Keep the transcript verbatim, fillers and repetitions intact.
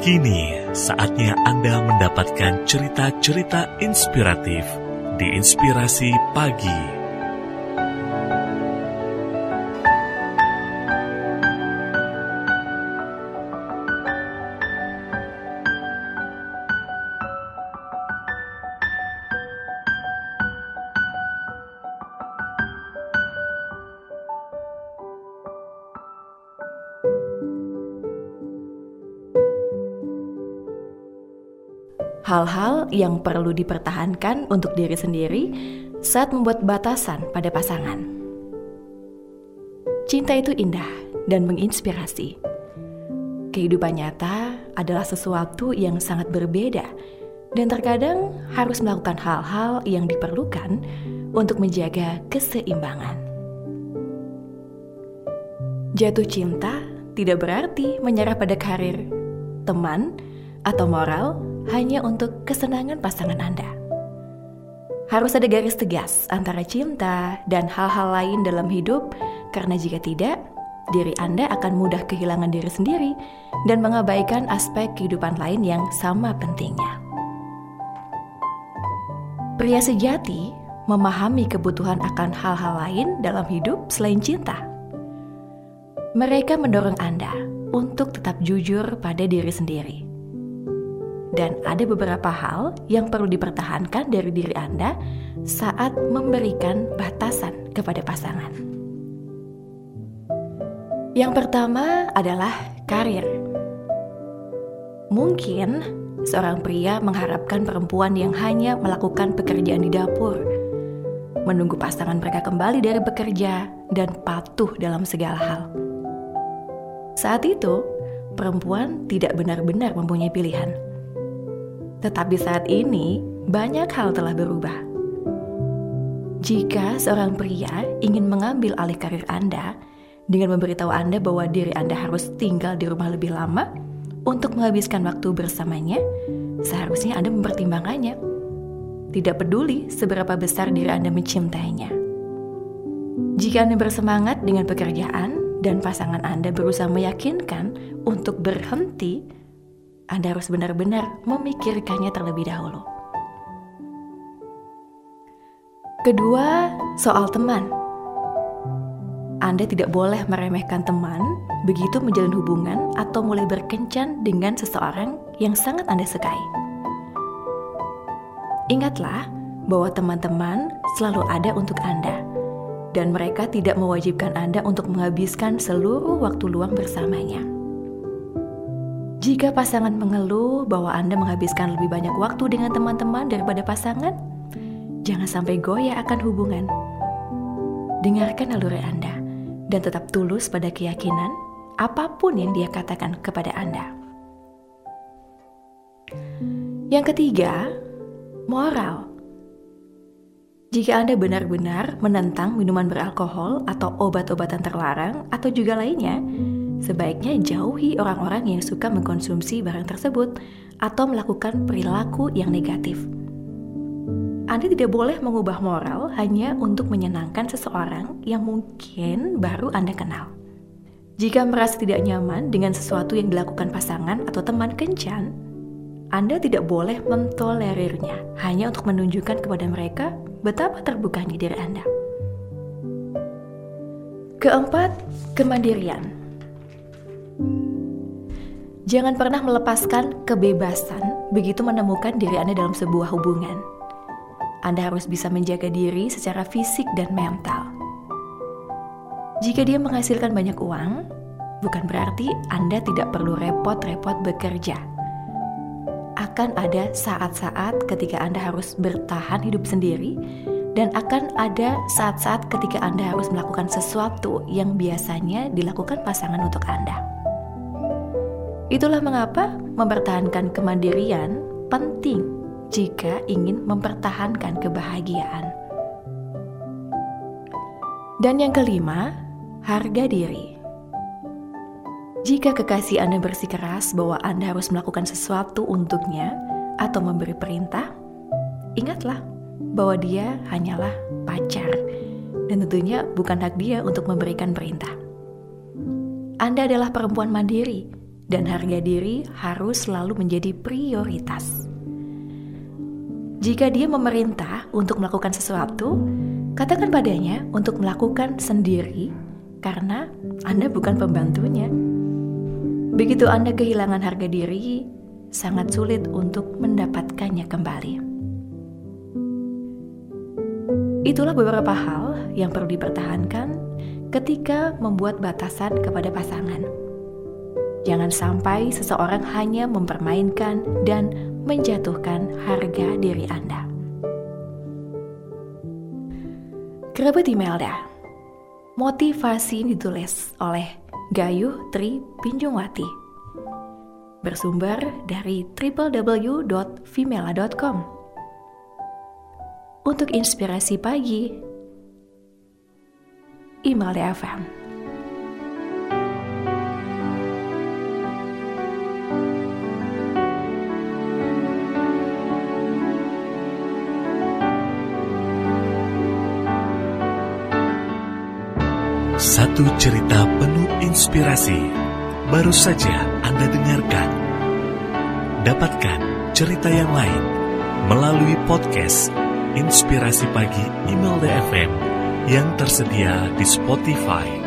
Kini saatnya Anda mendapatkan cerita-cerita inspiratif di Inspirasi Pagi. Hal-hal yang perlu dipertahankan untuk diri sendiri saat membuat batasan pada pasangan. Cinta itu indah dan menginspirasi. Kehidupan nyata adalah sesuatu yang sangat berbeda dan terkadang harus melakukan hal-hal yang diperlukan untuk menjaga keseimbangan. Jatuh cinta tidak berarti menyerah pada karir, teman, atau moral hanya untuk kesenangan pasangan Anda. Harus ada garis tegas antara cinta dan hal-hal lain dalam hidup, karena jika tidak, diri Anda akan mudah kehilangan diri sendiri dan mengabaikan aspek kehidupan lain yang sama pentingnya. Pria sejati memahami kebutuhan akan hal-hal lain dalam hidup selain cinta. Mereka mendorong Anda untuk tetap jujur pada diri sendiri. Dan ada beberapa hal yang perlu dipertahankan dari diri Anda saat memberikan batasan kepada pasangan. Yang pertama adalah karir. Mungkin seorang pria mengharapkan perempuan yang hanya melakukan pekerjaan di dapur, menunggu pasangan mereka kembali dari bekerja, dan patuh dalam segala hal. Saat itu, perempuan tidak benar-benar mempunyai pilihan. Tetapi saat ini, banyak hal telah berubah. Jika seorang pria ingin mengambil alih karir Anda dengan memberitahu Anda bahwa diri Anda harus tinggal di rumah lebih lama untuk menghabiskan waktu bersamanya, seharusnya Anda mempertimbangkannya. Tidak peduli seberapa besar diri Anda mencintainya. Jika Anda bersemangat dengan pekerjaan dan pasangan Anda berusaha meyakinkan untuk berhenti, Anda harus benar-benar memikirkannya terlebih dahulu. Kedua, soal teman. Anda tidak boleh meremehkan teman begitu menjalin hubungan atau mulai berkencan dengan seseorang yang sangat Anda sukai. Ingatlah bahwa teman-teman selalu ada untuk Anda, dan mereka tidak mewajibkan Anda untuk menghabiskan seluruh waktu luang bersamanya. Jika pasangan mengeluh bahwa Anda menghabiskan lebih banyak waktu dengan teman-teman daripada pasangan, jangan sampai goyah akan hubungan. Dengarkan naluri Anda dan tetap tulus pada keyakinan apapun yang dia katakan kepada Anda. Yang ketiga, moral. Jika Anda benar-benar menentang minuman beralkohol atau obat-obatan terlarang atau juga lainnya, sebaiknya jauhi orang-orang yang suka mengkonsumsi barang tersebut atau melakukan perilaku yang negatif. Anda tidak boleh mengubah moral hanya untuk menyenangkan seseorang yang mungkin baru Anda kenal. Jika merasa tidak nyaman dengan sesuatu yang dilakukan pasangan atau teman kencan, Anda tidak boleh mentolerirnya hanya untuk menunjukkan kepada mereka betapa terbukanya diri Anda. Keempat, kemandirian. Jangan pernah melepaskan kebebasan begitu menemukan diri Anda dalam sebuah hubungan. Anda harus bisa menjaga diri secara fisik dan mental. Jika dia menghasilkan banyak uang, bukan berarti Anda tidak perlu repot-repot bekerja. Akan ada saat-saat ketika Anda harus bertahan hidup sendiri, dan akan ada saat-saat ketika Anda harus melakukan sesuatu yang biasanya dilakukan pasangan untuk Anda. Itulah mengapa mempertahankan kemandirian penting jika ingin mempertahankan kebahagiaan. Dan yang kelima, harga diri. Jika kekasih Anda bersikeras bahwa Anda harus melakukan sesuatu untuknya atau memberi perintah, ingatlah bahwa dia hanyalah pacar dan tentunya bukan hak dia untuk memberikan perintah. Anda adalah perempuan mandiri dan harga diri harus selalu menjadi prioritas. Jika dia memerintah untuk melakukan sesuatu, katakan padanya untuk melakukan sendiri karena Anda bukan pembantunya. Begitu Anda kehilangan harga diri, sangat sulit untuk mendapatkannya kembali. Itulah beberapa hal yang perlu dipertahankan ketika membuat batasan kepada pasangan. Jangan sampai seseorang hanya mempermainkan dan menjatuhkan harga diri Anda. Kerabat Imelda. Motivasi ditulis oleh Gayuh Tri Pinjungwati. Bersumber dari w w w dot vimela dot com. Untuk inspirasi pagi, Imelda F M. Satu cerita penuh inspirasi baru saja Anda dengarkan. Dapatkan cerita yang lain melalui podcast Inspirasi Pagi Imelda F M yang tersedia di Spotify.